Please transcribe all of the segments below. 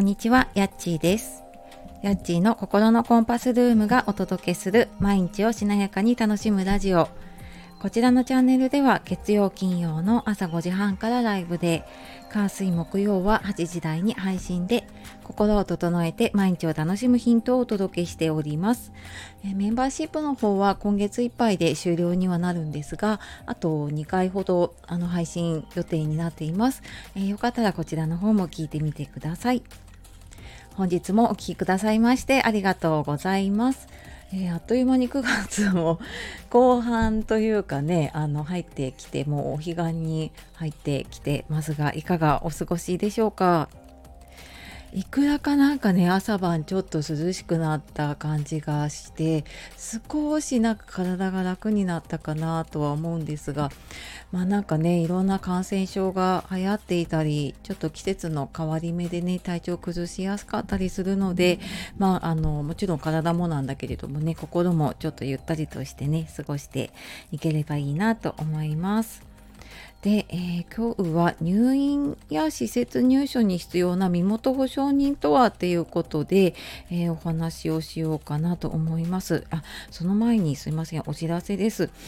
んにちは、やっちーです。やっちーの心のコンパスルームがお届けする毎日をしなやかに楽しむラジオ。こちらのチャンネルでは月曜金曜の朝5時半からライブで、火水木曜は8時台に配信で、心を整えて毎日を楽しむヒントをお届けしております。メンバーシップの方は今月いっぱいで終了にはなるんですが、あと2回ほど配信予定になっています。よかったらこちらの方も聞いてみてください。本日もお聞きくださいましてありがとうございます。あっという間に9月も後半というかね、入ってきて、もうお彼岸に入ってきてますが、いかがお過ごしでしょうか。いくらかなんかね、朝晩ちょっと涼しくなった感じがして、少しなんか体が楽になったかなとは思うんですが、なんかね、いろんな感染症が流行っていたり、ちょっと季節の変わり目でね、体調崩しやすかったりするので、もちろん体もなんだけれどもね、心もちょっとゆったりとしてね、過ごしていければいいなと思います。で、今日は入院や施設入所に必要な身元保証人とはっていうことで、お話をしようかなと思います。その前にすいません、お知らせです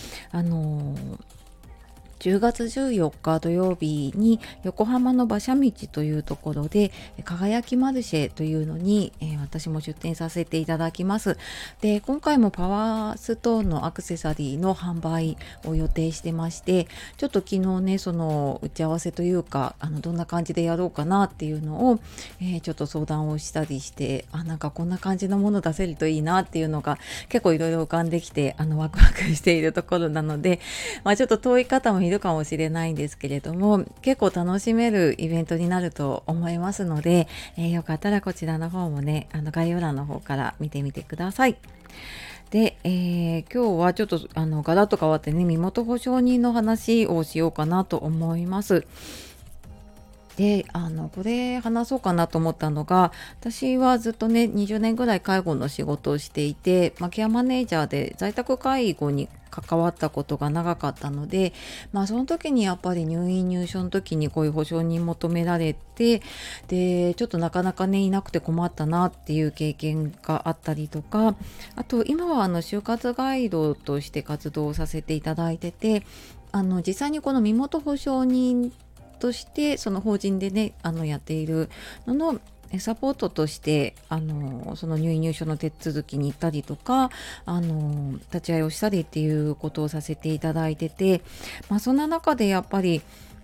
。10月14日土曜日に横浜の馬車道というところで輝きマルシェというのに、私も出店させていただきます。で、今回もパワーストーンのアクセサリーの販売を予定してまして、ちょっと昨日ね、その打ち合わせというかどんな感じでやろうかなっていうのを、ちょっと相談をしたりして、なんかこんな感じのもの出せるといいなっていうのが結構いろいろ浮かんできてワクワクしているところなので、ちょっと遠い方もいるかもしれないんですけれども、結構楽しめるイベントになると思いますので、よかったらこちらの方もね、概要欄の方から見てみてください。で、今日はちょっとガラッと変わってね、身元保証人の話をしようかなと思います。で、これ話そうかなと思ったのが、私はずっとね、20年ぐらい介護の仕事をしていて、ケアマネージャーで在宅介護に関わったことが長かったので、その時にやっぱり入院入所の時にこういう保証人求められて、で、ちょっとなかなかね、いなくて困ったなっていう経験があったりとか、あと今は就活ガイドとして活動させていただいてて、実際にこの身元保証人としてその法人でねやっているののサポートとしてその入院入所の手続きに行ったりとか立ち会いをしたりっていうことをさせていただいてて、そんな中でやっぱり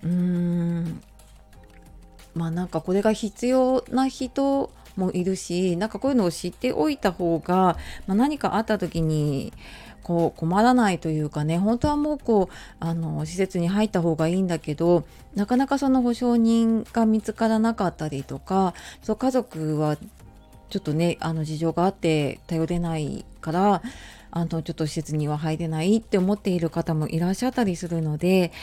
なんかこれが必要な人もいるし、なんかこういうのを知っておいた方が、何かあった時にこう困らないというかね、本当はもう施設に入った方がいいんだけど、なかなかその保証人が見つからなかったりとか、そう家族はちょっとね事情があって頼れないからちょっと施設には入れないって思っている方もいらっしゃったりするので、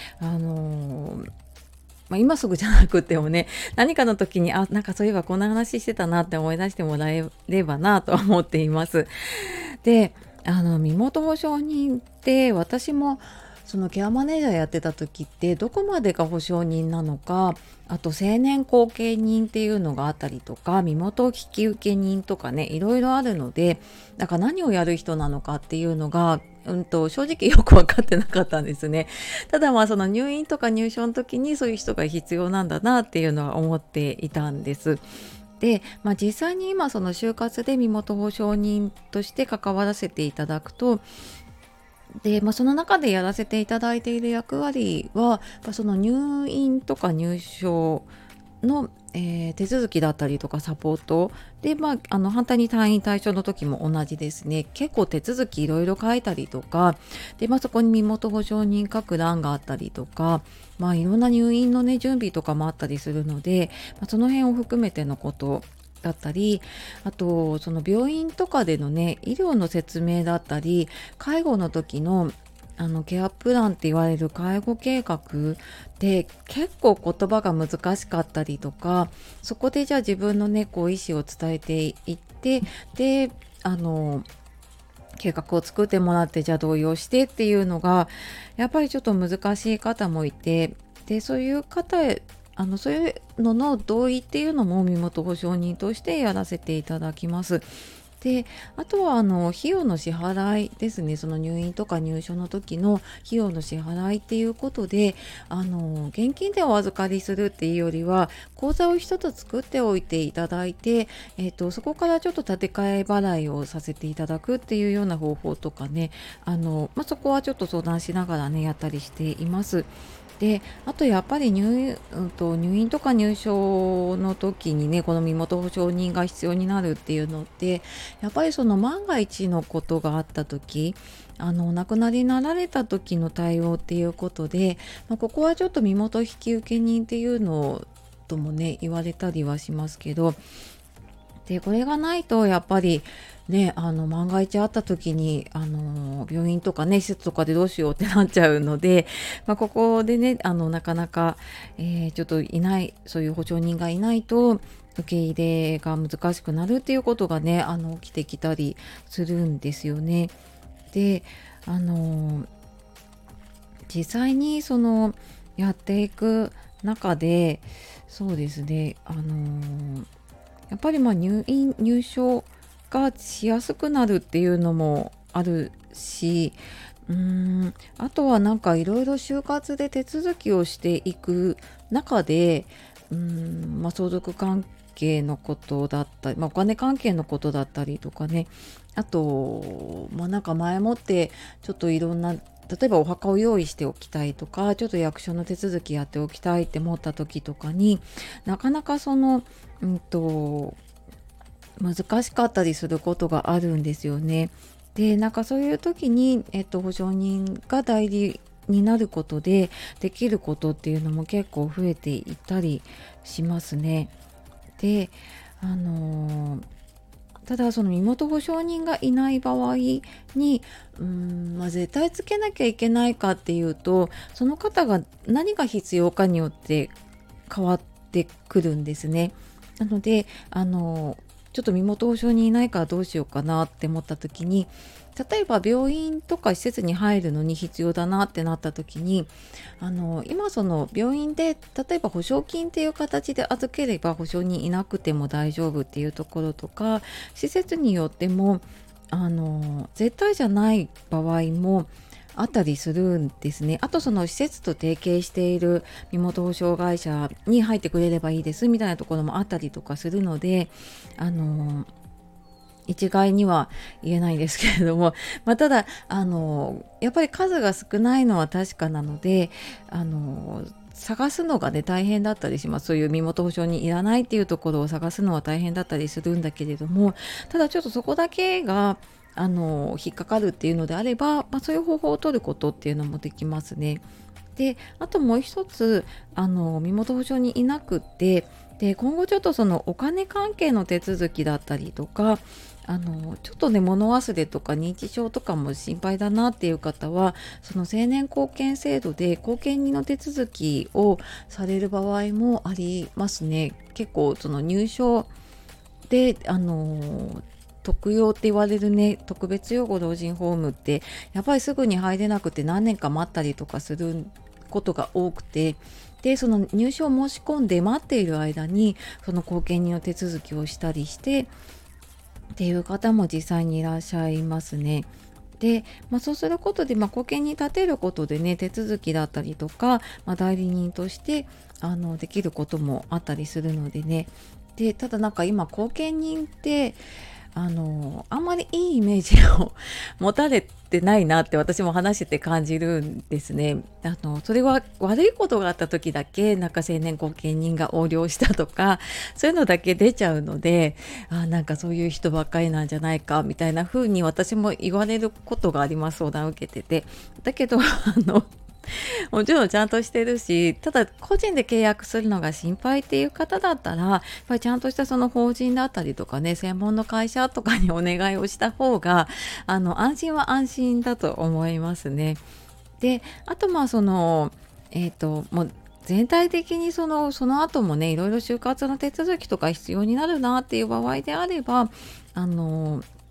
今すぐじゃなくてもね、何かの時になんかそういえばこんな話してたなって思い出してもらえればなと思っています。で、身元保証人って私もそのケアマネージャーやってた時ってどこまでが保証人なのか、あと成年後見人っていうのがあったりとか、身元引受人とかね、いろいろあるので、だから何をやる人なのかっていうのが正直よく分かってなかったんですね。ただその入院とか入所の時にそういう人が必要なんだなっていうのは思っていたんです。で、実際に今その就活で身元保証人として関わらせていただくと、で、その中でやらせていただいている役割は、その入院とか入所の、手続きだったりとかサポートで、反対に退院退所の時も同じですね。結構手続きいろいろ書いたりとかで、そこに身元保証人書く欄があったりとか、いろんな入院のね準備とかもあったりするので、その辺を含めてのことだったり、あとその病院とかでのね医療の説明だったり、介護の時のケアプランって言われる介護計画で結構言葉が難しかったりとか、そこでじゃあ自分のねこう意思を伝えていって、で計画を作ってもらって、じゃあ動揺してっていうのがやっぱりちょっと難しい方もいて、でそういう方そういうのの同意っていうのも身元保証人としてやらせていただきます。で、あとは費用の支払いですね。その入院とか入所の時の費用の支払いっていうことで、現金でお預かりするっていうよりは、口座を一つ作っておいていただいて、そこからちょっと立て替え払いをさせていただくっていうような方法とかね、そこはちょっと相談しながらね、やったりしています。で、あとやっぱり入院とか入所の時にね、この身元保証人が必要になるっていうのって、やっぱりその万が一のことがあった時、お亡くなりになられた時の対応っていうことで、ここはちょっと身元引受人っていうのともね、言われたりはしますけど、で、これがないとやっぱりね、万が一あった時に、病院とかね、施設とかでどうしようってなっちゃうので、ここでね、なかなか、ちょっといない、そういう保証人がいないと、受け入れが難しくなるっていうことがね、起きてきたりするんですよね。で、あの、実際にやっていく中で、そうですね、やっぱり入院入所がしやすくなるっていうのもあるし、あとはなんかいろいろ就活で手続きをしていく中で、相続関係のことだったり、お金関係のことだったりとかね、あと、なんか前もってちょっといろんな、例えばお墓を用意しておきたいとか、ちょっと役所の手続きやっておきたいって思った時とかに、なかなか難しかったりすることがあるんですよね。で、なんかそういう時に、保証人が代理になることでできることっていうのも結構増えていったりしますね。で、あのただその身元保証人がいない場合に、絶対つけなきゃいけないかっていうと、その方が何が必要かによって変わってくるんですね。なので、ちょっと身元保証人いないからどうしようかなって思った時に、例えば病院とか施設に入るのに必要だなってなった時に、今その病院で例えば保証金っていう形で預ければ保証人いなくても大丈夫っていうところとか、施設によっても絶対じゃない場合もあったりするんですね。あとその施設と提携している身元保証会社に入ってくれればいいですみたいなところもあったりとかするので、一概には言えないんですけれども、ただやっぱり数が少ないのは確かなので、探すのがね大変だったりします。そういう身元保証にいらないっていうところを探すのは大変だったりするんだけれども、ただちょっとそこだけが引っかかるっていうのであれば、そういう方法を取ることっていうのもできますね。で、あともう一つ身元保証にいなくって、で今後ちょっとそのお金関係の手続きだったりとか、ちょっとね物忘れとか認知症とかも心配だなっていう方は、その成年後見制度で後見人の手続きをされる場合もありますね。結構その入所で特養って言われるね、特別養護老人ホームってやっぱりすぐに入れなくて何年か待ったりとかすることが多くて、でその入所を申し込んで待っている間にその後見人の手続きをしたりしてっていう方も実際にいらっしゃいますね。で、そうすることで、後見に立てることでね、手続きだったりとか、代理人としてできることもあったりするのでね。で、ただなんか今後見人ってあんまりいいイメージを持たれてないなって私も話してて感じるんですね。それは悪いことがあった時だけなんか成年後見人が横領したとか、そういうのだけ出ちゃうので、なんかそういう人ばっかりなんじゃないかみたいな風に私も言われることがあります。相談を受けてて。だけどもちろんちゃんとしてるし、ただ個人で契約するのが心配っていう方だったら、やっぱりちゃんとしたその法人だったりとかね、専門の会社とかにお願いをした方が、安心は安心だと思いますね。で、あともう全体的にその後もね、いろいろ就活の手続きとか必要になるなっていう場合であれば、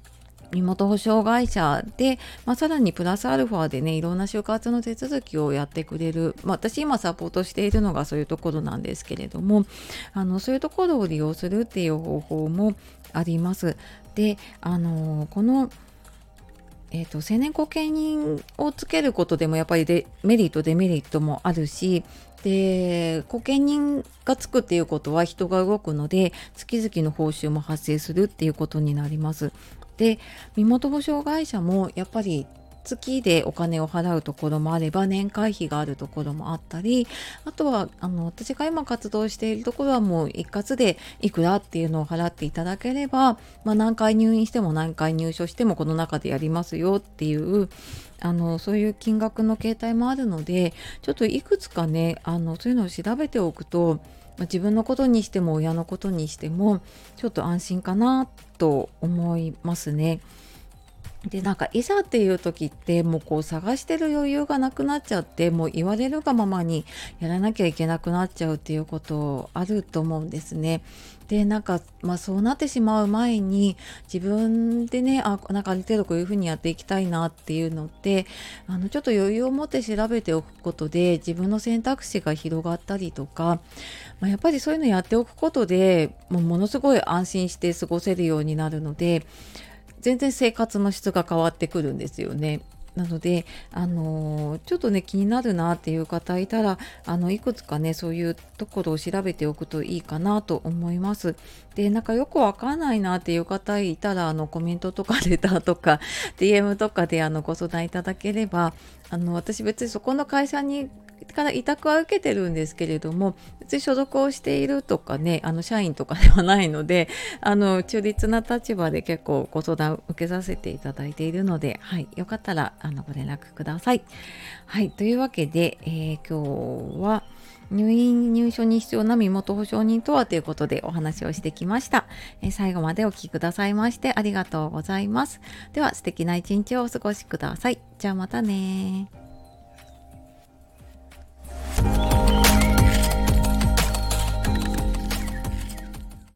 身元保証会社で、さらにプラスアルファでね、いろんな就活の手続きをやってくれる、私今サポートしているのがそういうところなんですけれども、そういうところを利用するっていう方法もあります。で、この成年後見人をつけることでもやっぱりメリットデメリットもあるし、で後見人がつくっていうことは人が動くので月々の報酬も発生するっていうことになります。で身元保証会社もやっぱり月でお金を払うところもあれば年会費があるところもあったり、あとは私が今活動しているところはもう一括でいくらっていうのを払っていただければ、何回入院しても何回入所してもこの中でやりますよっていうそういう金額の形態もあるので、ちょっといくつかねそういうのを調べておくと、自分のことにしても親のことにしてもちょっと安心かなと思いますね。でいざっていう時ってもう探してる余裕がなくなっちゃって、もう言われるがままにやらなきゃいけなくなっちゃうっていうことあると思うんですね。でそうなってしまう前に自分でねある程度こういうふうにやっていきたいなっていうのってちょっと余裕を持って調べておくことで自分の選択肢が広がったりとか、やっぱりそういうのやっておくことでものすごい安心して過ごせるようになるので、全然生活の質が変わってくるんですよね。なので、ちょっとね気になるなっていう方いたらいくつかねそういうところを調べておくといいかなと思います。でよくわかんないなっていう方いたらコメントとかレターとか DM とかでご相談いただければ、私別にそこの会社にから委託は受けてるんですけれども、別に所属をしているとかね社員とかではないので、中立な立場で結構ご相談を受けさせていただいているので、はい、よかったらご連絡ください。はい、というわけで、今日は入院入所に必要な身元保証人とはということでお話をしてきました。最後までお聞きくださいましてありがとうございます。では素敵な一日をお過ごしください。じゃあまたね。